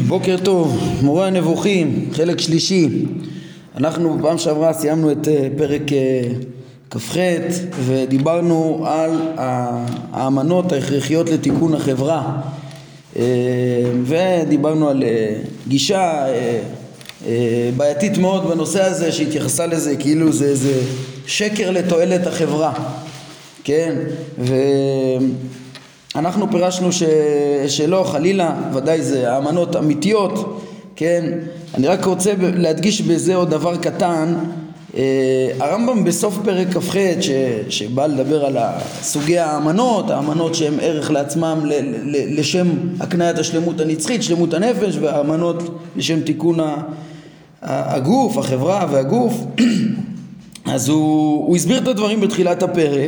בוקר טוב, מורה הנבוכים, חלק שלישי. אנחנו בפעם שעברה סיימנו את פרק כ"ח ודיברנו על האמנות ההכרחיות לתיקון החברה, ודיברנו על גישה בעייתית מאוד בנושא הזה, שהתייחסה לזה כאילו זה שקר לתועלת החברה, כן? אנחנו פירשנו שלא, חלילה, ודאי זה האמנות אמיתיות, כן? אני רק רוצה להדגיש בזה עוד דבר קטן. הרמב"ם בסוף פרק כ"ח שבא לדבר על סוגי האמנות שהן ערך לעצמם לשם הקניית השלמות הנצחית, שלמות הנפש, והאמנות לשם תיקון הגוף, החברה והגוף. אז הוא הסביר את הדברים בתחילת הפרק,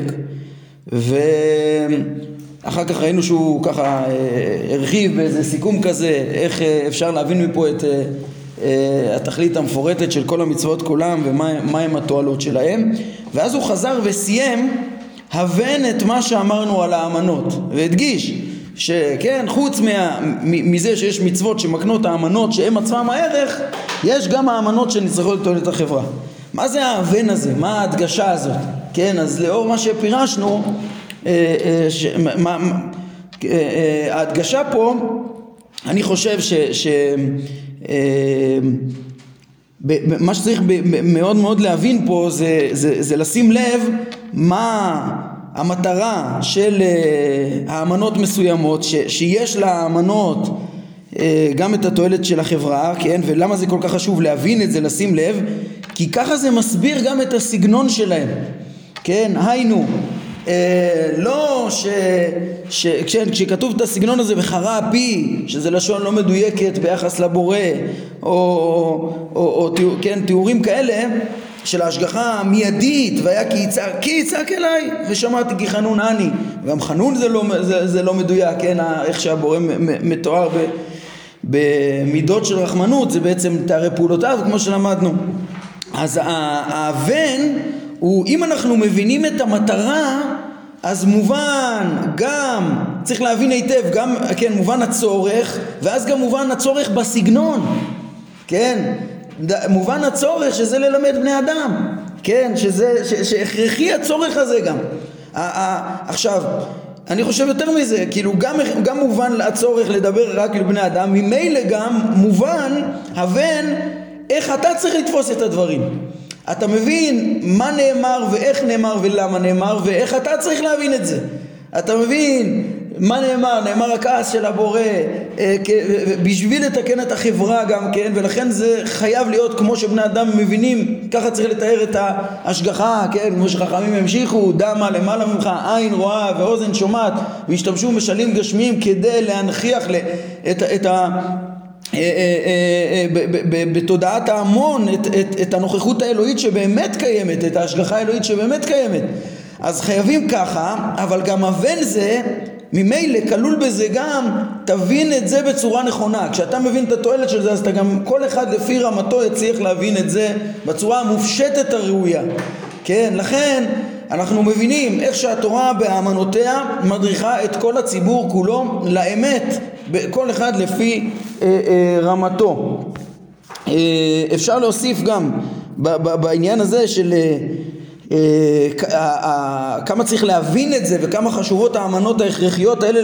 אחר כך ראינו שהוא ככה הרחיב באיזה סיכום כזה איך אפשר להבין מפה את התכלית המפורטת של כל המצוות כולם ומה הם התועלות שלהם. ואז הוא חזר וסיים הבן את מה שאמרנו על האמנות, והדגיש שכן, חוץ מזה שיש מצוות שמקנות האמנות שהם עצמם הערך, יש גם האמנות שנצטרכות לתועלת החברה. מה זה ההבן הזה? מה ההדגשה הזאת? כן, אז לאור מה שפירשנו, ההדגשה פה, אני חושב מה שצריך מאוד מאוד להבין פה זה לשים לב מה המטרה של האמנות מסוימות, שיש לאמנות גם את התועלת של החברה, כן? ולמה זה כל כך חשוב להבין את זה, לשים לב, כי ככה זה מסביר גם את הסגנון שלהם, כן? היינו, לא כשכתוב את הסגנון הזה וחרה פי, שזה לשון לא מדויקת ביחס לבורא, או כן, תיאורים כאלה של ההשגחה המיידית, והיה כי יצעק אליי ושמעתי כי חנון אני. גם חנון זה לא מדויק, כן? איך שהבורא מתואר במידות של רחמנות, זה בעצם תארי פעולותיו כמו שלמדנו. אז האבן הוא, אם אנחנו מבינים את המטרה, אז מובן גם, צריך להבין היטב, גם, כן, מובן הצורך, ואז גם מובן הצורך בסגנון, כן? מובן הצורך שזה ללמד בני אדם, כן? שהכרחי הצורך הזה גם. עכשיו, אני חושב יותר מזה, כאילו גם מובן הצורך לדבר רק לבני אדם, ממילא גם מובן, הבן, איך אתה צריך לתפוס את הדברים. אתה מבין מה נאמר ואיך נאמר ולמה נאמר ואיך אתה צריך להבין את זה. אתה מבין מה נאמר הכעס של הבורא בשביל לתקן את החברה גם, כן? ולכן זה חייב להיות כמו שבני אדם מבינים, ככה צריך לתאר את ההשגחה, כן? כמו שחכמים המשיכו, דמה למעלה ממך, עין רואה ואוזן שומעת, והשתמשו משלים גשמיים כדי להנכיח את בתודעת ההמון את הנוכחות האלוהית שבאמת קיימת, את ההשגחה האלוהית שבאמת קיימת. אז חייבים ככה, אבל גם הבן זה ממילא כלול בזה גם תבין את זה בצורה נכונה. כשאתה מבין את התועלת של זה, אז אתה גם כל אחד לפי רמתו יצליח להבין את זה בצורה המופשטת הראויה, כן? לכן אנחנו מבינים איך שהתורה באמנותיה מדריכה את כל הציבור כולו לאמת, כל אחד לפי רמתו. אפשר להוסיף גם בעניין הזה של כמה צריך להבין את זה וכמה חשובות האמנות ההכרחיות האלה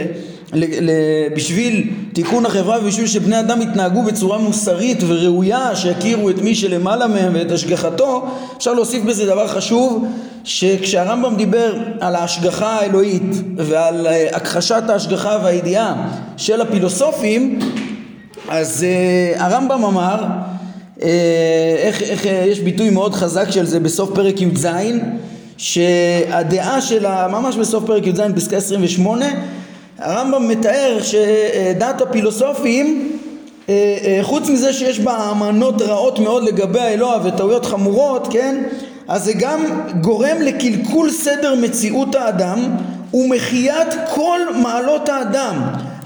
בשביל תיקון החברה ובשביל שבני אדם יתנהגו בצורה מוסרית וראויה, שיכירו את מי שלמעלה מהם ואת השגחתו. אפשר להוסיף בזה דבר חשוב, שכשהרמב"ם דיבר על ההשגחה האלוהית ועל הכחשת ההשגחה והידיעה של הפילוסופים, אז הרמב"ם אמר, איך יש ביטוי מאוד חזק של זה בסוף פרק י"ז, שהדעה שלה, ממש בסוף פרק י"ז פסקה 28, הרמב"ם מתאר שדעת הפילוסופים, חוץ מזה שיש בה אמנות רעות מאוד לגבי האלוה וטעויות חמורות, כן? אז זה גם גורם לקלקול סדר מציאות האדם ומחיית כל מעלות האדם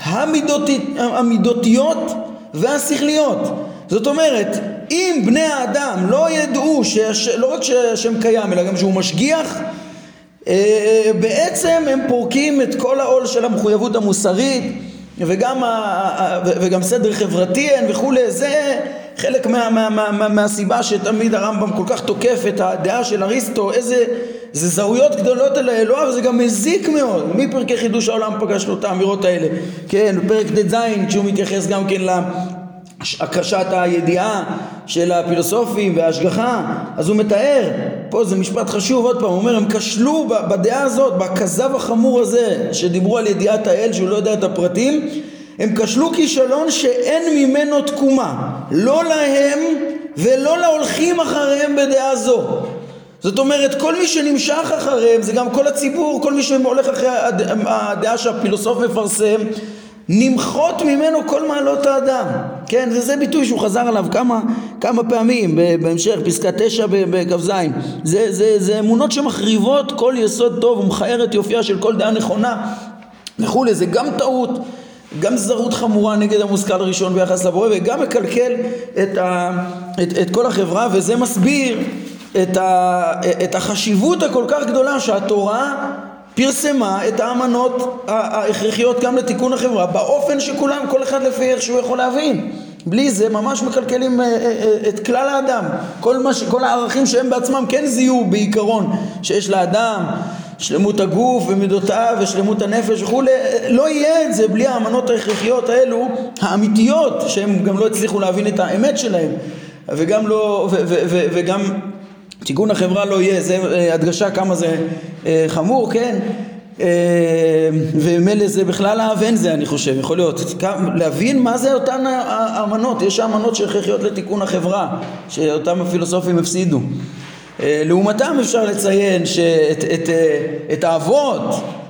המידותיות והשכליות. זאת אומרת, אם בני האדם לא ידעו לא רק שהשם קיים אלא גם שהוא משגיח, בעצם הם פורקים את כל העול של המחויבות המוסרית וגם סדר חברתי וכו'. זה חלק מהסיבה שתמיד הרמב"ם כל כך תוקף את הדעה של אריסטו, זה זהויות גדולות אל האלוה, וזה גם מזיק מאוד. מפרקי חידוש העולם פגשנו את האמירות האלה, כן, בפרק ט"ז כשהוא מתייחס גם כן להקשת הידיעה של הפילוסופים וההשגחה, אז הוא מתאר, פה זה משפט חשוב, עוד פעם, הוא אומר, הם כשלו בדעה הזאת, בכזב החמור הזה שדיברו על ידיעת האל שהוא לא יודע את הפרטים, הם כשלו כישלון שאין ממנו תקומה, לא להם ולא להולכים אחריהם בדעה זו. זאת אומרת, כל מי שנמשך אחריהם, זה גם כל הציבור, כל מי שהולך אחרי הדעה שהפילוסוף מפרסם, נמחות ממנו כל מעלות האדם. כן, וזה ביטוי שהוא חזר עליו כמה פעמים בהמשך, פסקה 9 בכ"ז. זה אמונות שמחריבות כל יסוד טוב ומכער את יופייה של כל דעה נכונה וכו'. זה גם טעות, גם זרות חמורה נגד המושכל הראשון ביחס לבורא, וגם מקלקל את כל החברה, וזה מסביר את החשיבות הכל כך גדולה שהתורה פרסמה את האמנות ההכרחיות גם לתיקון החברה, באופן שכולם, כל אחד לפי איך שהוא יכול להבין. בלי זה ממש מקלקלים את כלל האדם. כל הערכים שהם בעצמם כן זיהו בעיקרון שיש לאדם, שלמות הגוף ומידותיו ושלמות הנפש וכו', לא יהיה את זה בלי האמנות ההכרחיות האלו, האמיתיות, שהם גם לא הצליחו להבין את האמת שלהם, וגם תיקון החברה לא יהיה. זה הדגשה כמה זה חמור, כן? ומילא זה בכלל להבין זה, אני חושב, יכול להיות להבין מה זה אותן האמנות. יש האמנות שהכרחיות לתיקון החברה, שאותם הפילוסופים הפסידו. לעומתם אפשר לציין שאת האבות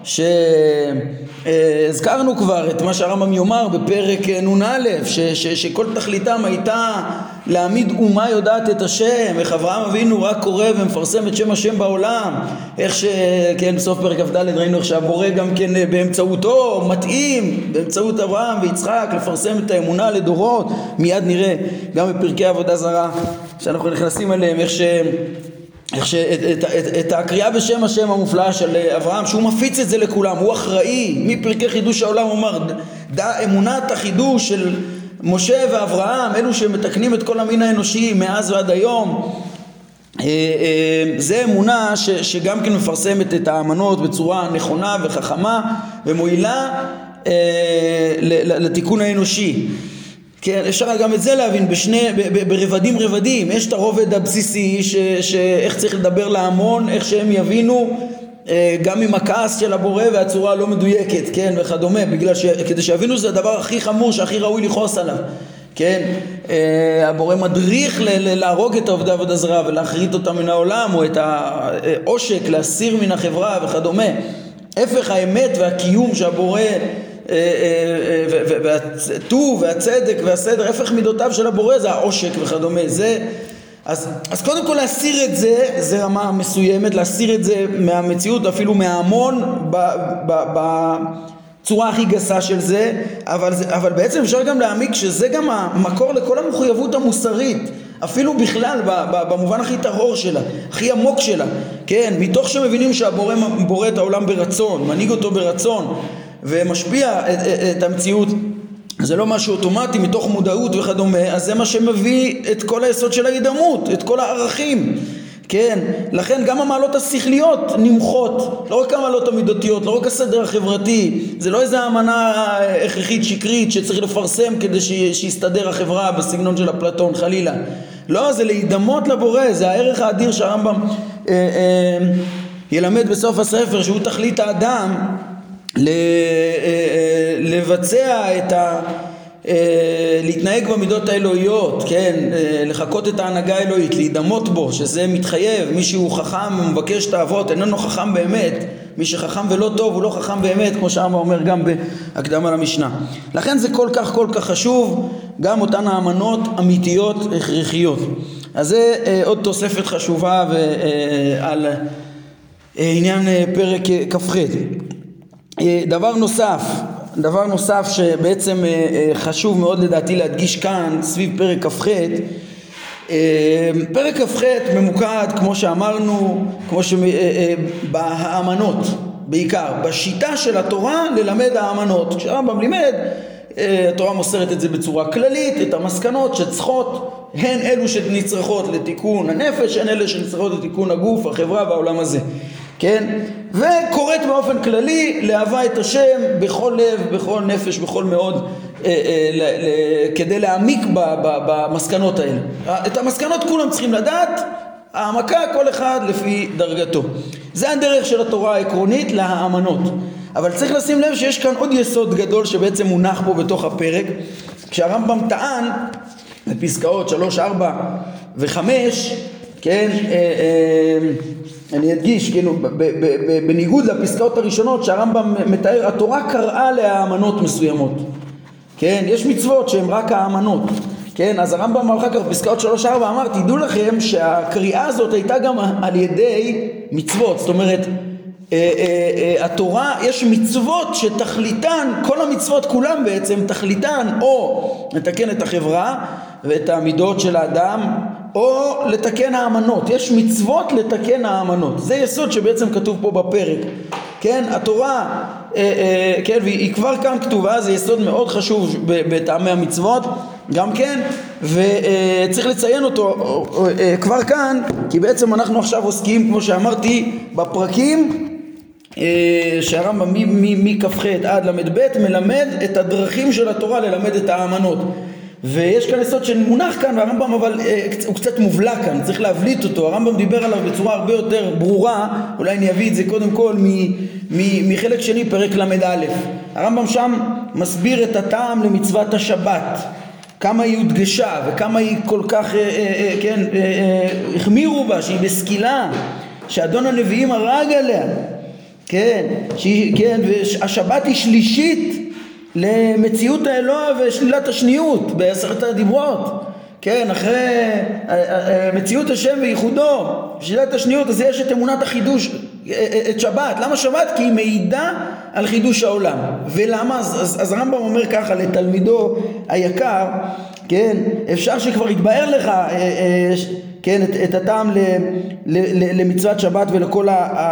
שהזכרנו כבר, את מה שהרמב"ם יאמר בפרק נ"א, שכל תכליתם הייתה להעמיד אומה יודעת את השם, איך אברהם אבינו רק קורא ומפרסם את שם השם בעולם, איך שכן בסוף פרק כ"ד ראינו איך שהבורא גם כן באמצעותו מתאים, באמצעות אברהם ויצחק, לפרסם את האמונה לדורות. מיד נראה גם בפרקי עבודה זרה שאנחנו נכנסים אליהם, איך שאת הקריאה בשם השם המופלאה של אברהם, שהוא מפיץ את זה לכולם, הוא אחראי. מפרקי חידוש העולם הוא אומר, אמונת החידוש של משה ואברהם, אלו שמתקנים את כל המין האנושי מאז ועד היום, זה אמונה שגם כן מפרסמת את האמנות בצורה נכונה וחכמה ומועילה לתיקון האנושי. כן, אפשר גם את זה להבין ברבדים. יש את הרובד הבסיסי שאיך צריך לדבר להמון, איך שהם יבינו גם עם הכעס של הבורא והצורה הלא מדויקת, כן, וכדומה, כדי שיבינו שזה הדבר הכי חמור שהכי ראוי לכעוס עליו. כן, הבורא מדריך להרוג את עובדי עבודה זרה ולהחריט אותם מן העולם, או את העושק להסיר מן החברה וכדומה. הפך האמת והקיום שהבורא והטוב והצדק והסדר, הפך מידותיו של הבורא זה העושק וכדומה. אז קודם כל להסיר את זה, זה רמה מסוימת, להסיר את זה מהמציאות, אפילו מההמון בצורה הכי גסה של זה, אבל בעצם אפשר גם להעמיק שזה גם המקור לכל המחויבות המוסרית, אפילו בכלל במובן הכי טהור שלה, הכי עמוק שלה, כן, מתוך שמבינים שהבורא בורא את העולם ברצון, מנהיג אותו ברצון ומשפיע את המציאות, זה לא משהו אוטומטי מתוך מודעות וכדומה, אז זה מה שמביא את כל היסוד של ההידמות, את כל הערכים, כן, לכן גם המעלות השכליות נמחות, לא רק המעלות המידותיות, לא רק הסדר החברתי, זה לא איזו אמנה הכרחית שקרית שצריך לפרסם כדי שיסתדר החברה בסגנון של אפלטון חלילה, לא, זה להידמות לבורא, זה הערך האדיר שהרמב"ם ילמד בסוף הספר, שהוא תכלית האדם, לבצע להתנהג במידות האלוהיות, כן, לחכות את ההנהגה האלוהית, להידמות בו, שזה מתחייב. מי שהוא חכם ומבקש את האבות איננו חכם באמת, מי שחכם ולא טוב הוא לא חכם באמת, כמו שהרמב"ם אומר גם בהקדמה למשנה. לכן זה כל כך חשוב, גם אותן האמנות אמיתיות הכרחיות. אז זה עוד תוספת חשובה על עניין פרק כ"ח. דבר נוסף שבעצם חשוב מאוד לדעתי להדגיש כאן סביב פרק כ"ח, פרק כ"ח ממוקד כמו שאמרנו, בהאמנות בעיקר, בשיטה של התורה ללמד האמנות. כשהרמב"ם לימד התורה מוסרת את זה בצורה כללית, את המסקנות שצריכות, הן אלו שנצרכות לתיקון הנפש, הן אלו שנצרכות לתיקון הגוף, החברה והעולם הזה, כן? וקוראת באופן כללי לאהבה את השם בכל לב, בכל נפש, בכל מאוד, כדי להעמיק במסקנות האלה. את המסקנות כולם צריכים לדעת, העמקה כל אחד לפי דרגתו. זה הדרך של התורה העקרונית להאמנות. אבל צריך לשים לב שיש כאן עוד יסוד גדול שבעצם מונח פה בתוך הפרק. כשהרמב"ם טען בפסקאות 3, 4 ו-5, כן, אני אדגיש, כאילו, בניגוד לפסקאות הראשונות שהרמב"ם מתאר, התורה קראה להאמנות מסוימות. כן, יש מצוות שהן רק האמנות. כן, אז הרמב"ם אחר כך בפסקאות 3-4 אמר, תדעו לכם שהקריאה הזאת הייתה גם על ידי מצוות. זאת אומרת, התורה, יש מצוות שתכליתן, כל המצוות כולם בעצם תכליתן או לתקן את החברה ואת המידות של האדם, או לתקן האמנות. יש מצוות לתקן האמנות. זה יסוד שבעצם כתוב פה בפרק. כן, התורה, כן, והיא כבר כאן כתובה, זה יסוד מאוד חשוב בטעמי המצוות, גם כן, וצריך לציין אותו כבר כאן, כי בעצם אנחנו עכשיו עוסקים, כמו שאמרתי, בפרקים שהרמב"ם מכ"ח עד ל"ב מלמד את הדרכים של התורה ללמד את האמנות. ויש כאן יסוד שמונח כאן, והרמב"ם אבל הוא קצת מובלע כאן, צריך להבליט אותו. הרמב"ם דיבר עליו בצורה הרבה יותר ברורה, אולי אני אביא את זה קודם כל מחלק שני, פרק ל"א. הרמב"ם שם מסביר את הטעם למצוות השבת, כמה היא הודגשה וכמה היא כל כך, כן, החמירו בה, שהיא בסקילה, שאדון הנביאים הרג עליה, כן, כן, והשבת היא שלישית למציאות האלוה ושלילת השניות בעשרת הדיברות, כן, אחרי מציאות השם וייחודו, שלילת השניות, אז יש את אמונת החידוש, את שבת. למה שבת? כי היא מעידה על חידוש העולם. ולמה? אז הרמב"ם אומר ככה לתלמידו היקר, כן, אפשר שכבר יתבהר לך, כן, את הטעם למצוות שבת ולכל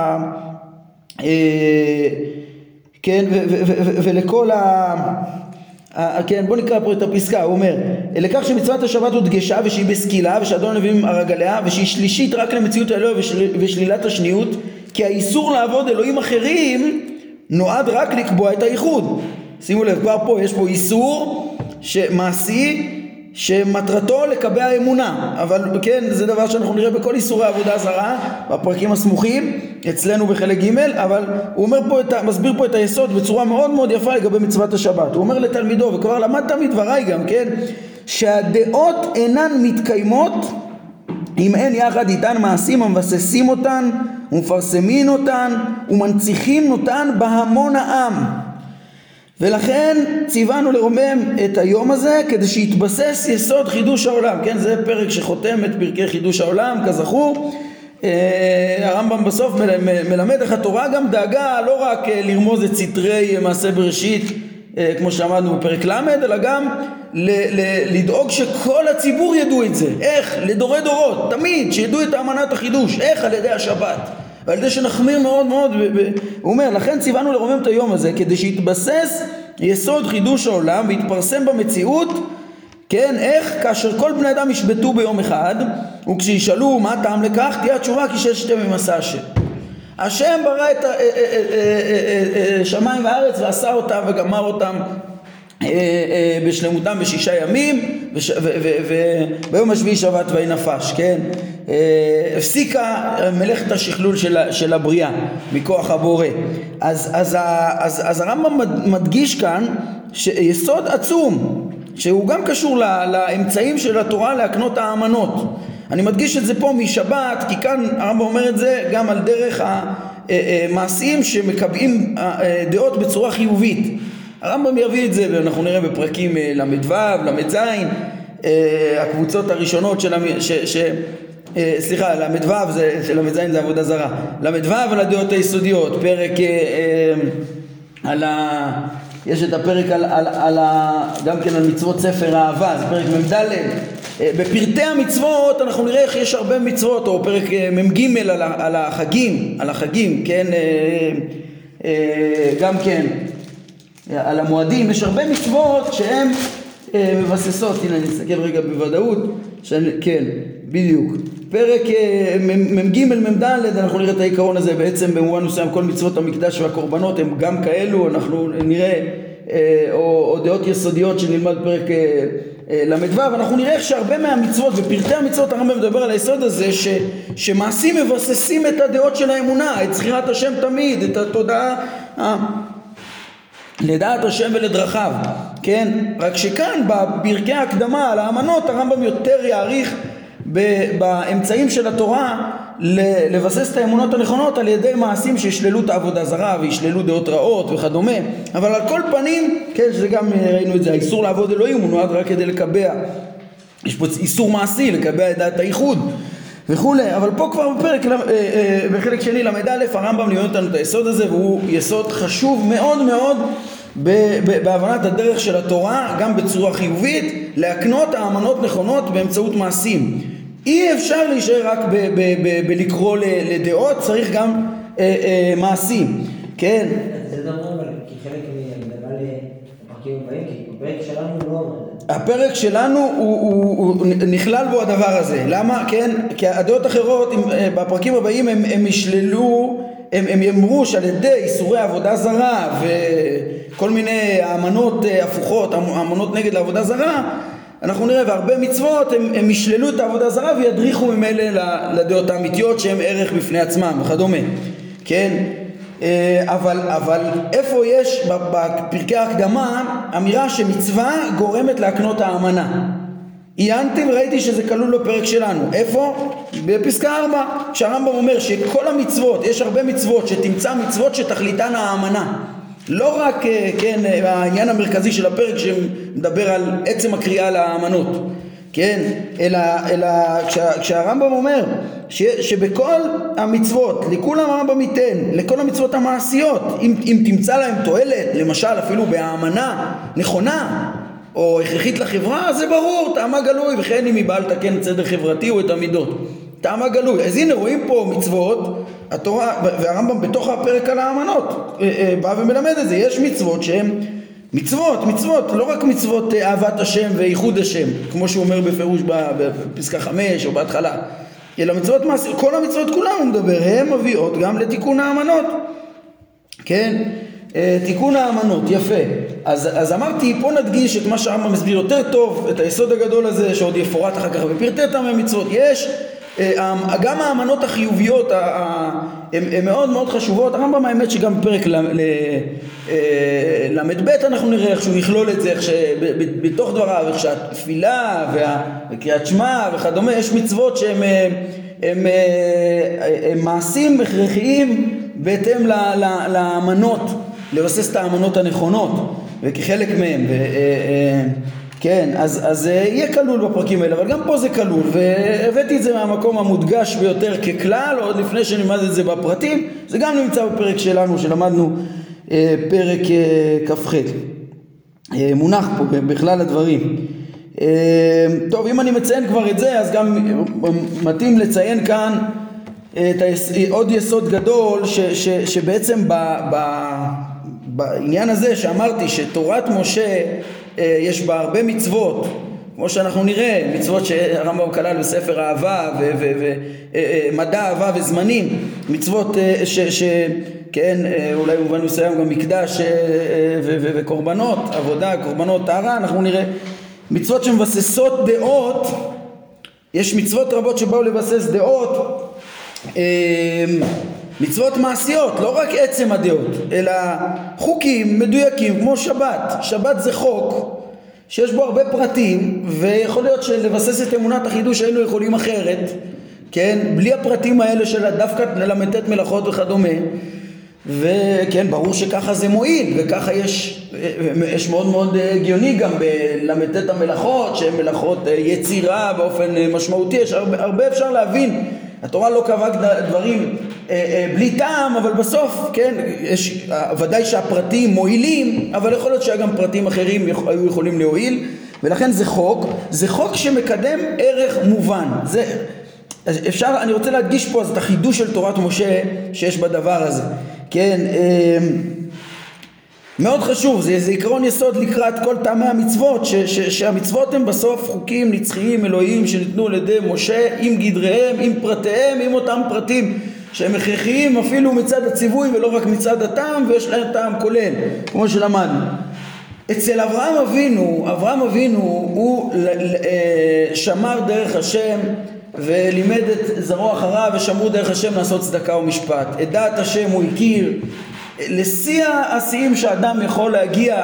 כן, ולכל כן, בוא נקרא פה את הפסקה. הוא אומר, לכך שמצוות השבת הודגשה ושהיא בסקילה ושאדון הנביאים הרג עליה ושהיא שלישית רק למציאות האלוה ושלילת השניות, כי האיסור לעבוד אלוהים אחרים נועד רק לקבוע את הייחוד. שימו לב, כבר פה יש פה איסור מעשי שמטרתו לקבע אמונה, אבל כן, זה דבר שאנחנו נראה בכל איסורי עבודה זרה בפרקים הסמוכים אצלנו בחלק ג', אבל הוא אומר פה מסביר פה את היסוד בצורה מאוד מאוד יפה לגבי מצוות השבת. הוא אומר לתלמידו, וכבר למדת מדבריי גם, כן, שהדעות אינן מתקיימות אם אין יחד איתן מעשים המבססים אותן ומפרסמים אותן ומנציחים אותן בהמון העם. ולכן ציוונו לרומם את היום הזה כדי שיתבסס יסוד חידוש העולם. כן, זה פרק שחותם את פרקי חידוש העולם, כזכור. הרמב"ם בסוף מלמד איך התורה גם דאגה לא רק לרמוז את סתרי מעשה בראשית כמו שאמרנו בפרק ל', אלא גם לדאוג שכל הציבור ידעו את זה. איך? לדורי דורות, תמיד שידעו את אמנת החידוש. איך? על ידי השבת, ועל ידי שנחמיר מאוד מאוד. הוא אומר, לכן ציוונו לרומם את היום הזה כדי שיתבסס יסוד חידוש העולם ויתפרסם במציאות. כן, איך? כאשר כל בני אדם ישבתו ביום אחד, וכשישאלו מה טעם לכך, תהיה התשובה כי ששת ימים עשה השם. השם ברא את שמיים וארץ ועשה אותם וגמר אותם בשלמותם ב6 ימים, וביום השביעי שבת ויהי נפש. כן, הפסיקה מלאכת השכלול של הבריאה מכוח הבורא. אז הרמב"ם מדגיש כאן שיסוד עצום שהוא גם קשור לאמצעים של התורה להקנות האמנות. אני מדגיש את זה פה משבת, כי כאן הרמב"ם אומר את זה גם על דרך המעשים שמקבעים דעות בצורה חיובית. הרמב"ם יביא את זה, ואנחנו נראה בפרקים ל"ו, ל"ז, הקבוצות הראשונות סליחה, ל"ו ל"ז זה עבודה זרה. ל"ו על הדעות היסודיות, פרק יש את הפרק גם כן על מצוות ספר האהבה, זה פרק מ"ד. בפרטי המצוות אנחנו נראה איך יש הרבה מצוות, או פרק מ"ג על החגים, כן, גם כן על המועדים, יש הרבה מצוות שהן מבססות, הנה אני אסתכל רגע בוודאות, כן, בדיוק. פרק מ"ג מ"ד, אנחנו נראה את העיקרון הזה בעצם במובן מסוים, כל מצוות המקדש והקורבנות הם גם כאלו, אנחנו נראה, או דעות יסודיות שנלמד פרק למדבר, ואנחנו נראה איך שהרבה מהמצוות ופרטי המצוות הרמב"ם מדבר על היסוד הזה שמעשים מבססים את הדעות של האמונה, את זכירת השם תמיד, את התודעה לדעת השם ולדרכיו, כן? רק שכאן בפרקי ההקדמה על האמנות הרמב"ם יותר יעריך באמצעים של התורה לבסס את האמונות הנכונות על ידי מעשים שישללו את העבודה זרה וישללו דעות רעות וכדומה. אבל על כל פנים, כן, שזה גם ראינו את זה, האיסור לעבוד אלוהים הוא נועד רק כדי לקבע, יש פה איסור מעשי לקבע את דעת הייחוד וכולי, אבל פה כבר בחלק שני למד א' הרמב"ם לימד אותנו את היסוד הזה, והוא יסוד חשוב מאוד מאוד בהבנת הדרך של התורה, גם בצורה חיובית, להקנות האמנות נכונות באמצעות מעשים. אי אפשר להישאר רק בלקרוא לדעות, צריך גם מעשים, כן? זה דבר אבל, כי חלק מדבר לפרקים הבאים, כי בפרק שלנו לא... הפרק שלנו הוא נכלל בו הדבר הזה. למה? כן? כי הדעות אחרות בפרקים הבאים הם ישללו, הם יאמרו שעל ידי איסורי עבודה זרה וכל מיני אמנות הפוכות, אמנות נגד לעבודה זרה, אנחנו נראה, והרבה מצוות הם ישללו את העבודה זרה וידריכו ממילא לדעות האמיתיות שהם ערך בפני עצמם וכדומה. כן? אבל איפה יש בפרקי ההקדמה אמירה שמצווה גורמת להקנות האמנה? עיינתי וראיתי שזה כלול בפרק שלנו. איפה? בפסקה 4, שהרמב"ם אומר שכל המצוות, יש הרבה מצוות שתמצא מצוות שתכליתן האמנה. לא רק, כן, העניין המרכזי של הפרק שמדבר על עצם הקריאה לאמנות, כן, אלא כשהרמב"ם אומר שבכל המצוות, לכולם הרמב"ם ייתן, לכל המצוות המעשיות, אם תמצא להם תועלת, למשל אפילו באמנה נכונה או הכרחית לחברה, זה ברור, טעמה גלוי, וכן אם היא באה לתקן צדק חברתי או את המידות, טעמה גלוי. אז הנה רואים פה מצוות, התורה, והרמב"ם בתוך הפרק על האמנות בא ומלמד את זה, יש מצוות שהן מצוות, לא רק מצוות אהבת השם וייחוד השם, כמו שהוא אומר בפירוש בפסקה 5 או בהתחלה, אלא מצוות מעשיות, כל המצוות כולם הוא מדבר, הן מביאות גם לתיקון האמנות, כן? תיקון האמנות, יפה. אז אמרתי, פה נדגיש את מה שהרמב"ם מסביר יותר טוב, את היסוד הגדול הזה שעוד יפורט אחר כך בפרטי טעמי מצוות. יש גם האמנות החיוביות הן מאוד מאוד חשובות. הרמב"ם האמת שגם בפרק למד ב' אנחנו נראה איך שהוא יכלול את זה, איך שבתוך דבריו, איך שהתפילה וקריאת שמע וכדומה, יש מצוות שהם מעשים הכרחיים בהתאם לאמנות, לבסס את האמנות הנכונות וכחלק מהם, כן, אז יהיה כלול בפרקים האלה, אבל גם פה זה כלול, והבאתי את זה מהמקום המודגש ביותר ככלל, עוד לפני שנלמד את זה בפרטים. זה גם נמצא בפרק שלנו שלמדנו, פרק כ"ח, מונח פה בכלל הדברים. טוב, אם אני מציין כבר את זה, אז גם מתאים לציין כאן עוד יסוד גדול שבעצם בעניין הזה שאמרתי שתורת משה יש בה הרבה מצוות, כמו שאנחנו נראה, מצוות שהרמב"ם כלל בספר אהבה ומדע אהבה וזמנים, מצוות כן, אולי במובן מסוים גם מקדש וקורבנות, עבודה, קורבנות, טהרה, אנחנו נראה מצוות שמבססות דעות. יש מצוות רבות שבאו לבסס דעות, מצוות מעשיות, לא רק עצם הדעות, אלא חוקים מדויקים כמו שבת. שבת זה חוק שיש בו הרבה פרטים, ויכול להיות שלבסס את אמונת החידוש היינו יכולים אחרת, כן, בלי הפרטים האלה של דווקא ללמד מלאכות וכדומה. וכן, ברור שככה זה מועיל, וככה יש מאוד מאוד הגיוני גם בלמד את המלאכות, שהן מלאכות יצירה באופן משמעותי. יש הרבה אפשר להבין, התורה לא קבעה דברים בלי טעם, אבל בסוף, כן, ודאי שהפרטים מועילים, אבל יכול להיות שגם פרטים אחרים היו יכולים להועיל, ולכן זה חוק שמקדם ערך מובן. אפשר, אני רוצה להדגיש פה את החידוש של תורת משה שיש בדבר הזה. כן, מאוד חשוב, זה עיקרון יסוד לקראת כל טעמי המצוות, שהמצוות הם בסוף חוקים נצחיים אלוהיים שניתנו על ידי משה עם גדריהם, עם פרטיהם, עם אותם פרטים שהם הכרחיים אפילו מצד הציווי ולא רק מצד הטעם, ויש להם טעם כולל, כמו שלמדנו. אצל אברהם אבינו הוא שמר דרך השם ולימד את זרעו אחריו ושמרו דרך השם לעשות צדקה ומשפט. את דעת השם הוא הכיר, לשיא השיאים שאדם יכול להגיע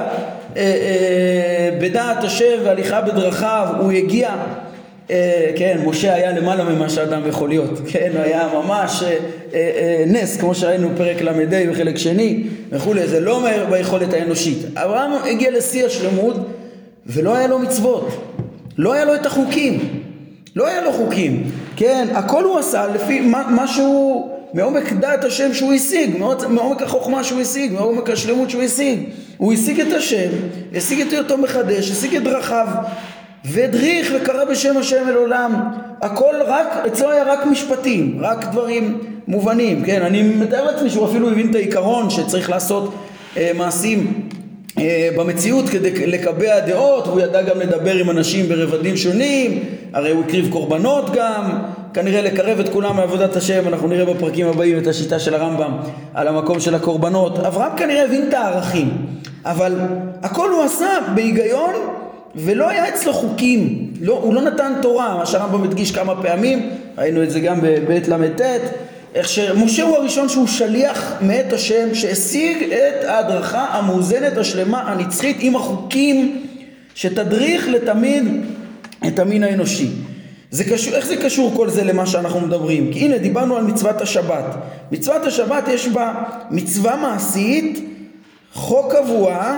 בדעת השם והליכה בדרכיו הוא הגיע. כן, משה היה למעלה ממה שאדם יכול להיות, כן, הוא היה ממש נס, כמו שראינו פרק למדי בחלק שני וכולי, זה לא ביכולת האנושית. אברהם הגיע לשיא השלמות ולא היה לו מצוות, לא היה לו את החוקים, לא היה לו חוקים, כן, הכל הוא עשה לפי משהו מעומק דעת השם שהוא השיג, מעומק החוכמה שהוא השיג, מעומק השלמות שהוא השיג. הוא השיג את השם, השיג את אותו מחדש, השיג את דרכיו והדריך וקרא בשם השם אל עולם. הכל רק, אצלו היה רק משפטים, רק דברים מובנים, כן, אני מתאר לעצמי שהוא אפילו הבין את העיקרון שצריך לעשות מעשים במציאות כדי לקבע דעות, והוא ידע גם לדבר עם אנשים ברבדים שונים, הרי הוא הקריב קורבנות גם, כנראה לקרב את כולם מעבודת השם. אנחנו נראה בפרקים הבאים את השיטה של הרמב"ם על המקום של הקורבנות. אברהם כנראה הבין את הערכים, אבל הכל הוא עשה בהיגיון ולא היה אצלו חוקים, הוא לא נתן תורה, מה שהרמב"ם מדגיש כמה פעמים, ראינו את זה גם בבית למ"ט, איך שמשה הוא הראשון שהוא שליח מאת השם שהשיג את ההדרכה המאוזנת השלמה הנצחית עם החוקים שתדריך לתמיד את המין האנושי. איך זה קשור כל זה למה שאנחנו מדברים? כי הנה דיברנו על מצוות השבת. מצוות השבת יש בה מצווה מעשית, חוק קבוע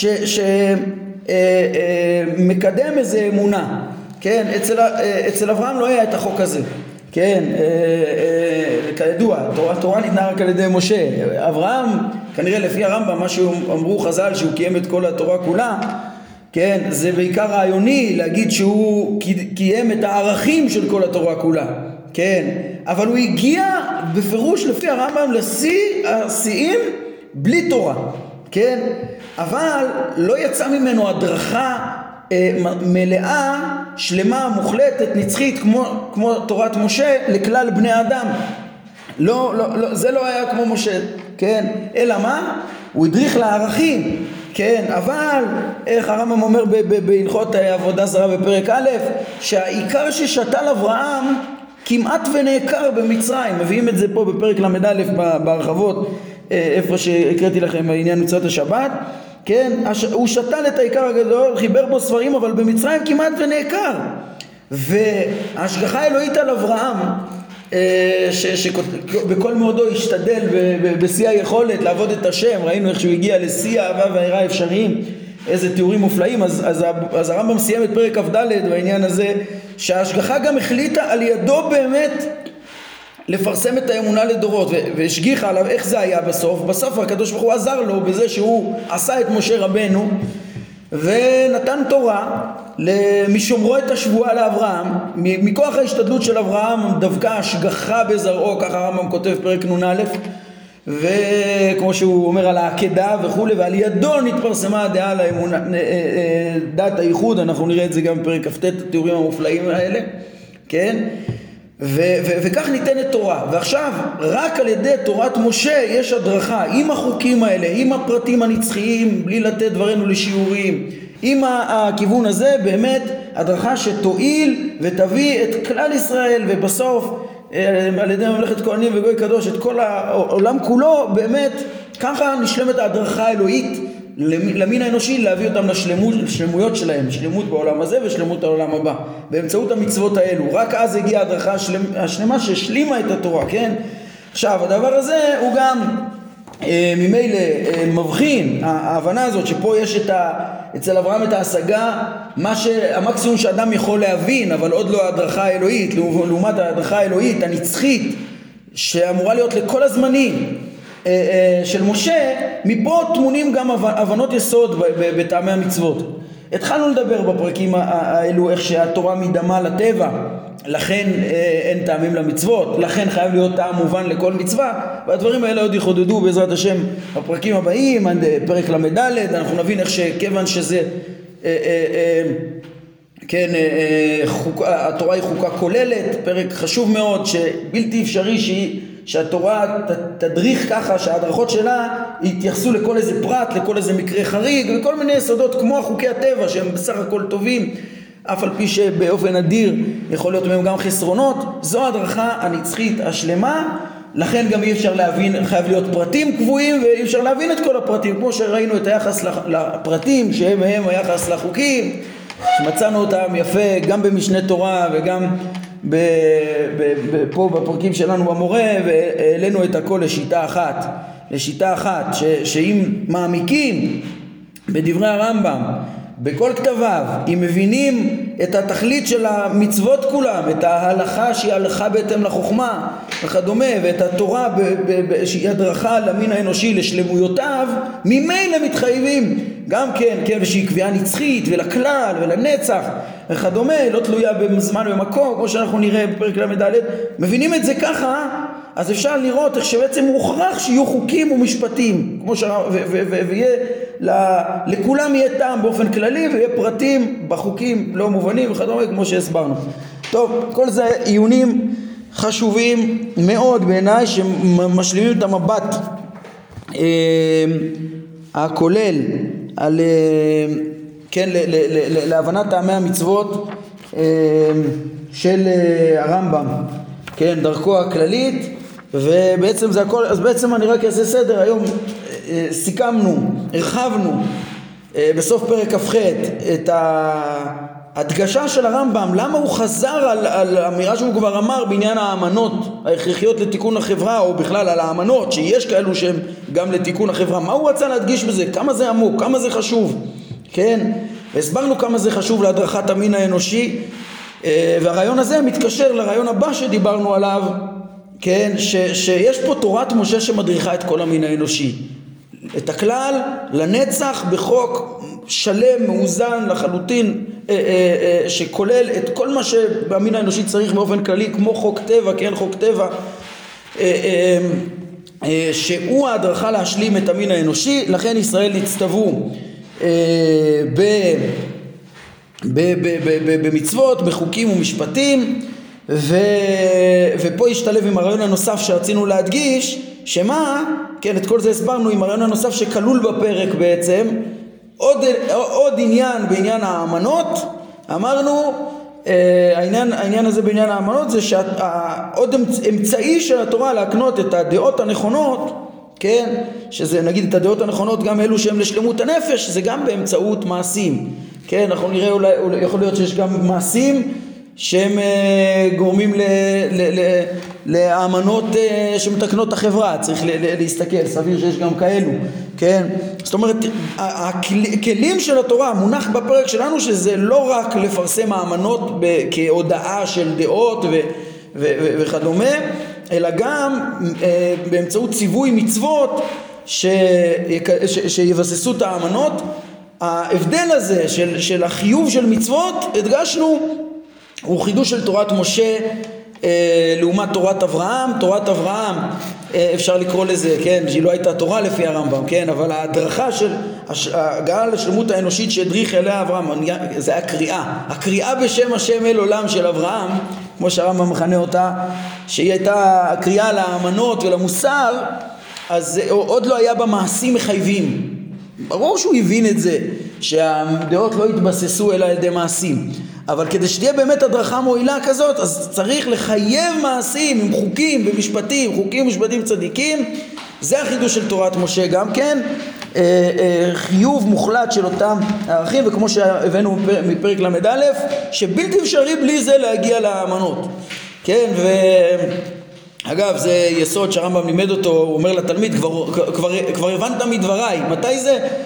שמקדם איזה אמונה, כן? אצל אברהם לא היה את החוק הזה, כן? כידוע, התורה ניתנה רק על ידי משה. אברהם, כנראה לפי הרמב"ם, מה שאמרו חז"ל שהוא קיים את כל התורה כולה, כן, זה בעיקר רעיוני להגיד שהוא קיים את הערכים של כל התורה כולה, כן, אבל הוא הגיע בפירוש לפי הרמב"ם לשיא השיאים בלי תורה, כן, אבל לא יצא ממנו הדרכה מלאה, שלמה, מוחלטת, נצחית כמו תורת משה לכלל בני האדם. לא, זה לא היה כמו משה, כן, אלא מה? הוא הדריך לערכים, כן, אבל איך הרמב"ם אומר בהלכות עבודה זרה בפרק א', שהעיקר ששתל אברהם כמעט ונעקר במצרים. מביאים את זה פה בפרק למ"א בהרחבות, איפה שהקראתי לכם בעניין מצוות השבת, כן, הוא שתל את העיקר הגדול, חיבר בו ספרים, אבל במצרים כמעט ונעקר. וההשגחה האלוהית על אברהם, שבכל מאודו השתדל בשיא היכולת לעבוד את השם, ראינו איך שהוא הגיע לשיא האהבה והיראה האפשריים, איזה תיאורים מופלאים. אז הרמב"ם סיים את פרק כ"ד בעניין הזה, שההשגחה גם החליטה על ידו באמת לפרסם את האמונה לדורות, והשגיחה עליו. איך זה היה בסוף הקדוש ברוך הוא עזר לו בזה שהוא עשה את משה רבנו ונתן תורה משומרו את השבועה לאברהם. מכוח ההשתדלות של אברהם דווקא השגחה בזרעו, ככה הרמב"ם כותב פרק נ"א, וכמו שהוא אומר על העקדה וכולי, ועל ידו נתפרסמה הדעה על האמונה, דעת הייחוד. אנחנו נראה את זה גם בפרק כ"ט, התיאורים המופלאים האלה, כן, וכך ניתנת תורה. ועכשיו רק על ידי תורת משה יש הדרכה עם החוקים האלה, עם הפרטים הנצחיים, בלי לתת דברנו לשיעורים, עם הכיוון הזה, באמת הדרכה שתועיל ותביא את כלל ישראל, ובסוף על ידי ממלכת כהנים וגוי קדוש את כל העולם כולו. באמת ככה נשלמת ההדרכה האלוהית למין האנושי, להביא אותם לשלמויות שלהם, שלמות בעולם הזה ושלמות העולם הבא, באמצעות המצוות האלו. רק אז הגיעה ההדרכה השלמה שהשלימה את התורה, כן? עכשיו הדבר הזה הוא גם ממילא מבחין, ההבנה הזאת שפה יש אצל אברהם את ההשגה, המקסימום שאדם יכול להבין, אבל עוד לא ההדרכה האלוהית, לעומת ההדרכה האלוהית הנצחית שאמורה להיות לכל הזמנים של משה. מפה תמונים גם הבנות יסוד בטעמי המצוות. התחלנו לדבר בפרקים האלו איך שהתורה מדמה לטבע, לכן אין טעמים למצוות, לכן חייב להיות טעם מובן לכל מצווה, והדברים האלה עוד יחודדו בעזרת השם בפרקים הבאים, עד פרק למד, אנחנו נבין איך שכיוון שזה כן, התורה היא חוקה כוללת, פרק חשוב מאוד שבלתי אפשרי שהתורה תדריך ככה שההדרכות שלה יתייחסו לכל איזה פרט, לכל איזה מקרה חריג וכל מיני יסודות כמו חוקי הטבע שהם בסך הכל טובים, אף על פי שבאופן אדיר יכול להיות מהם גם חסרונות. זו ההדרכה הנצחית השלמה, לכן גם אי אפשר להבין, חייב להיות פרטים קבועים ואי אפשר להבין את כל הפרטים, כמו שראינו את היחס לפרטים שהם היחס לחוקים, מצאנו אותם יפה גם במשנה תורה וגם פה בפרקים שלנו במורה, והעלינו את הכל לשיטה אחת שאם מעמיקים בדברי הרמב"ם בכל כתביו, אם מבינים את התכלית של המצוות כולם, את ההלכה שהיא הלכה בהתאם לחוכמה וכדומה, ואת התורה שהיא הדרכה למין האנושי לשלמויותיו, ממילא מתחייבים גם כן, ושהיא קביעה נצחית ולכלל ולנצח וכדומה, לא תלויה בזמן ומקום, כמו שאנחנו נראה בפרק למד, מבינים את זה ככה, אז אפשר לראות איך שבעצם מוכרח שיהיו חוקים ומשפטים, ויהיה לכולם יהיה טעם באופן כללי, ויהיה פרטים בחוקים לא מובנים וכדומה, כמו שהסברנו. טוב, כל זה עיונים חשובים מאוד בעיניי, שמשלימים את המבט הכולל על כן, להבנת טעמי המצוות של הרמב"ם, כן, דרכו הכללית, ובעצם זה הכל. אז בעצם אני רק אעשה סדר. היום סיכמנו, הרחבנו בסוף פרק כ"ח את ההדגשה של הרמב"ם, למה הוא חזר על אמירה שהוא כבר אמר בעניין האמנות ההכרחיות לתיקון החברה, או בכלל על האמנות שיש כאלו שהם גם לתיקון החברה. מה הוא רצה להדגיש בזה? כמה זה עמוק, כמה זה חשוב, כן? הסברנו כמה זה חשוב להדרכת המין האנושי, והרעיון הזה מתקשר לרעיון הבא שדיברנו עליו, כן, שיש פה תורת משה שמדריכה את כל המין האנושי, את הכלל לנצח, בחוק שלם מאוזן לחלוטין, שכולל את כל מה שבמין האנושי צריך באופן כללי, כמו חוק טבע, כן, חוק טבע, שהוא ההדרכה להשלים את המין האנושי. לכן ישראל נצטוו במצוות, בחוקים ומשפטים, ופה ישתלב עם הרעיון הנוסף שרצינו להדגיש, שמה, כן, את כל זה הסברנו עם הרעיון הנוסף שכלול בפרק בעצם, עוד עניין בעניין האמנות. אמרנו, העניין הזה בעניין האמנות זה שעוד אמצעי של התורה להקנות את הדעות הנכונות, כן, שזה נגיד את הדעות הנכונות גם אלו שהם לשלמות הנפש, זה גם באמצעות מעשים, כן, אנחנו נראה אולי יכול להיות שיש גם מעשים שהם גורמים לאמנות שמתקנות את החברה, צריך להסתכל, סביר שיש גם כאלו, כן? זאת אומרת, הכלים של התורה מונח בפרק שלנו שזה לא רק לפרסם האמנות כהודעה של דעות וכדומה, אלא גם באמצעות ציווי מצוות שיבססו את האמנות. ההבדל הזה של החיוב של מצוות, הדגשנו, הוא חידוש של תורת משה לעומת תורת אברהם. תורת אברהם אפשר לקרוא לזה, כן, שהיא לא הייתה תורה לפי הרמב"ם, כן, אבל ההדרכה של ההגעה לשלמות האנושית שהדריך אליה אברהם, זה הקריאה בשם השם אל עולם של אברהם, כמו שהרמב"ם מכנה אותה, שהיא הייתה הקריאה לאמנות ולמוסר, אז עוד לא היה בה מעשים מחייבים. ברור שהוא הבין את זה, שהדעות לא יתבססו אלא על ידי מעשים, אבל כדי שתהיה באמת הדרכה מועילה כזאת, אז צריך לחייב מעשים עם חוקים ומשפטים, חוקים ומשפטים צדיקים. זה החידוש של תורת משה גם כן, חיוב מוחלט של אותם הערכים, וכמו שהבאנו מפרק למד א', שבלתי אפשרי בלי זה להגיע לאמנות, כן. אגב, זה יסוד שהרמב"ם לימד אותו, הוא אומר לתלמיד, כבר הבנת מדבריי. מתי זה?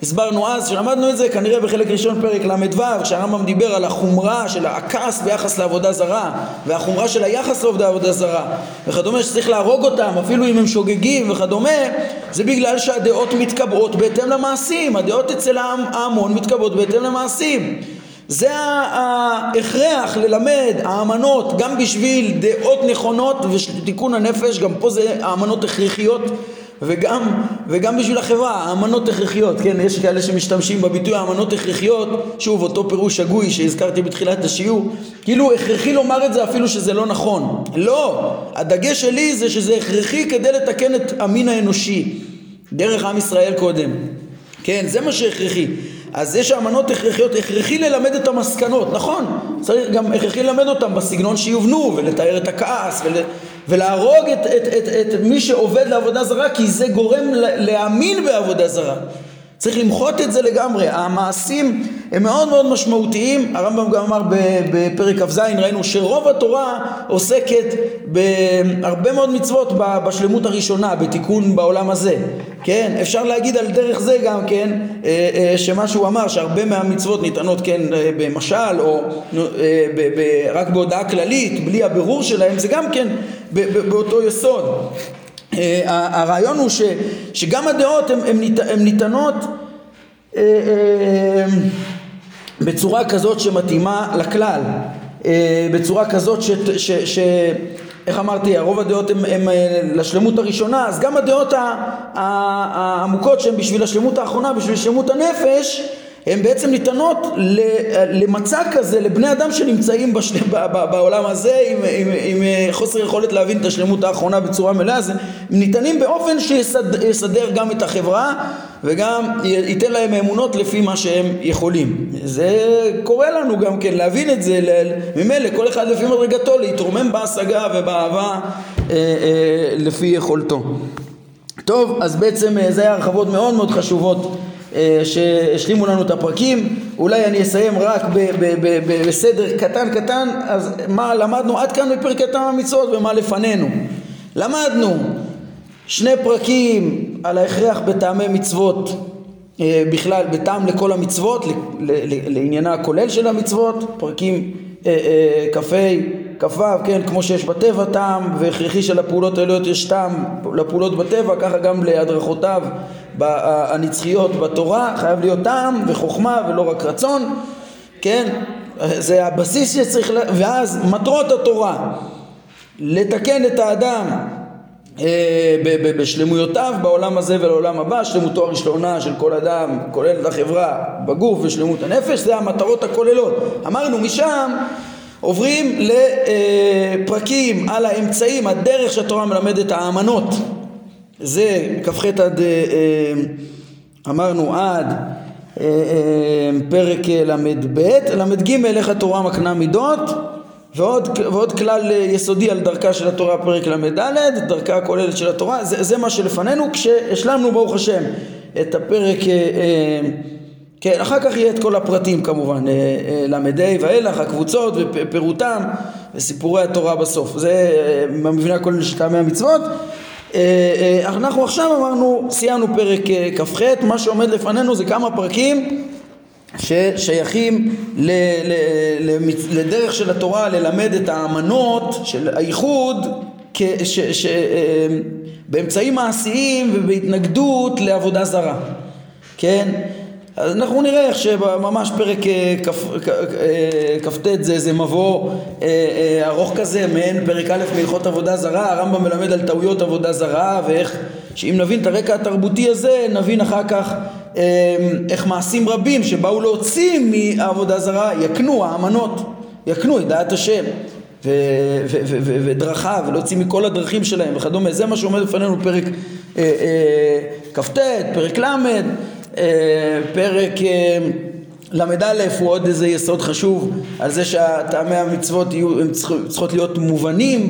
הסברנו אז שלמדנו את זה כנראה בחלק ראשון פרק ל"ו, כשהרמב"ם דיבר על החומרה של הכעס ביחס לעבודה זרה והחומרה של היחס לעבודה זרה וכדומה, שצריך להרוג אותם אפילו אם הם שוגגים וכדומה. זה בגלל שהדעות מתקבעות בהתאם למעשים, הדעות אצל ההמון מתקבעות בהתאם למעשים. זה ההכרח ללמד האמנות גם בשביל דעות נכונות ותיקון הנפש, גם פה זה האמנות הכרחיות, וגם בשביל החברה, האמנות הכרחיות, כן, יש כאלה שמשתמשים בביטוי האמנות הכרחיות, שוב אותו פירוש שגוי שהזכרתי בתחילת השיעור, כאילו הכרחי לומר את זה אפילו שזה לא נכון. לא, הדגש שלי זה שזה הכרחי כדי לתקן את המין האנושי, דרך עם ישראל קודם, כן, זה מה שהכרחי. אז יש האמנות הכרחיות, הכרחי ללמד את המסקנות, נכון, צריך גם הכרחי ללמד אותם בסגנון שיובנו ולתאר את הכעס ולהרוג את מי שעובד לעבודה זרה, כי זה גורם להאמין בעבודה זרה. צריך למחות את זה לגמרי. המעשים הם מאוד מאוד משמעותיים. הרמב"ם גם אמר בפרק כ"ז, ראינו שרוב התורה עוסקת בהרבה מאוד מצוות בשלמות הראשונה, בתיקון בעולם הזה. כן, אפשר להגיד על דרך זה גם כן, שמה שהוא אמר, שהרבה מהמצוות ניתנות כן במשל, או רק בהודעה כללית, בלי הבירור שלהם, זה גם כן באותו יסוד. הרעיון הוא שגם הדעות הן ניתנות בצורה כזאת שמתאימה לכלל, בצורה כזאת איך אמרתי, הרוב הדעות הם לשלמות הראשונה, אז גם הדעות העמוקות שהן בשביל השלמות האחרונה, בשביל שלמות הנפש, הן בעצם ניתנות למצע כזה, לבני אדם שנמצאים בעולם הזה עם חוסר יכולת להבין את השלמות האחרונה בצורה מלאה. אז הם ניתנים באופן שיסדר גם את החברה וגם ייתן להם אמונות לפי מה שהם יכולים. זה קורה לנו גם כן להבין את זה, ממילא כל אחד לפי מדרגתו להתרומם בהשגה ובאהבה לפי יכולתו. טוב, אז בעצם זה היה הרחבות מאוד מאוד חשובות שהשלימו לנו את הפרקים. אולי אני אסיים רק בסדר קטן. אז מה למדנו עד כאן בפרק כ"ט המצוות ומה לפנינו? למדנו 2 פרקים על ההכרח בטעמי מצוות בכלל, בטעם לכל המצוות, לעניינה הכולל של המצוות, פרקים כ"ה כ"ו, כן, כמו שיש בטבע טעם והכרחי של הפעולות האלוהיות יש טעם לפעולות בטבע, ככה גם להדרכותיו הנצחיות בתורה חייב להיות טעם וחוכמה ולא רק רצון, כן, זה הבסיס שצריך. ואז מטרות התורה לתקן את האדם בשלמויותיו בעולם הזה ולעולם הבא, שלמותו הראשונה של כל אדם כולל את החברה בגוף ושלמות הנפש, זה המטרות הכוללות. אמרנו משם עוברים לפרקים על האמצעים, הדרך שהתורה מלמדת האמנות, זה כ"ח עד אמרנו עד פרק ל"ב. ל"ג איך התורה מקנה מידות, ועוד כלל יסודי על דרכה של התורה, פרק ל"ד, דרכה הכוללת של התורה. זה מה שלפנינו כשהשלמנו ברוך השם את הפרק, כן, אחר כך יהיה את כל הפרטים כמובן, ל"ה ואילך, הקבוצות ופירוטם וסיפורי התורה בסוף. זה במבנה הכולל של טעמי המצוות. אנחנו עכשיו אמרנו, סיימנו פרק כ"ח, מה שעומד לפנינו זה כמה פרקים ששייכים לדרך של התורה ללמד את האמנות של הייחוד באמצעים מעשיים ובהתנגדות לעבודה זרה, כן? אז אנחנו נראה איך שממש פרק כ"ט זה מבוא ארוך כזה, מעין פרק א' מהלכות עבודה זרה. הרמב"ם מלמד על טעויות עבודה זרה, ואיך שאם נבין את הרקע התרבותי הזה נבין אחר כך איך מעשים רבים שבאו להוציא מעבודה זרה יקנו האמנות, יקנו את דעת השם ודרכיו, ולהוציא מכל הדרכים שלהם וכדומה. זה מה שעומד לפנינו פרק כ"ט, פרק ל'. פרק ל"א הוא עוד איזה יסוד חשוב על זה שהטעמי המצוות צריכות להיות מובנים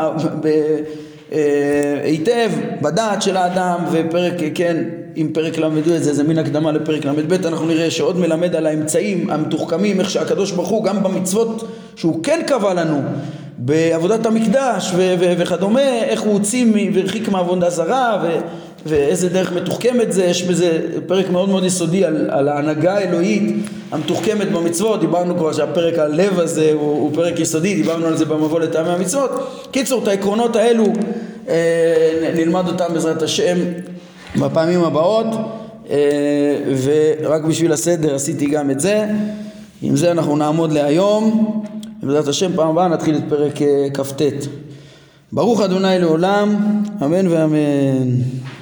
היטב בדעת של האדם. ופרק, כן, אם פרק למדו את זה, זה מין הקדמה לפרק ל"ב. אנחנו נראה שעוד מלמד על האמצעים המתוחכמים, איך שהקדוש ברוך הוא גם במצוות שהוא כן קבע לנו בעבודת המקדש וכדומה, איך הוא הוציא והרחיק מעבודה זרה ואיזה דרך מתוחכמת זה. יש בזה פרק מאוד מאוד יסודי על ההנהגה האלוהית המתוחכמת במצוות. דיברנו כבר שהפרק הלב הזה הוא פרק יסודי, דיברנו על זה במבוא לטעמי המצוות. קיצור, את העקרונות האלו נלמד אותם בעזרת השם בפעמים הבאות, ורק בשביל הסדר עשיתי גם את זה. עם זה אנחנו נעמוד להיום, ובעזרת השם פעם הבאה נתחיל את פרק כ"ט. ברוך אדוני לעולם, אמן ואמן.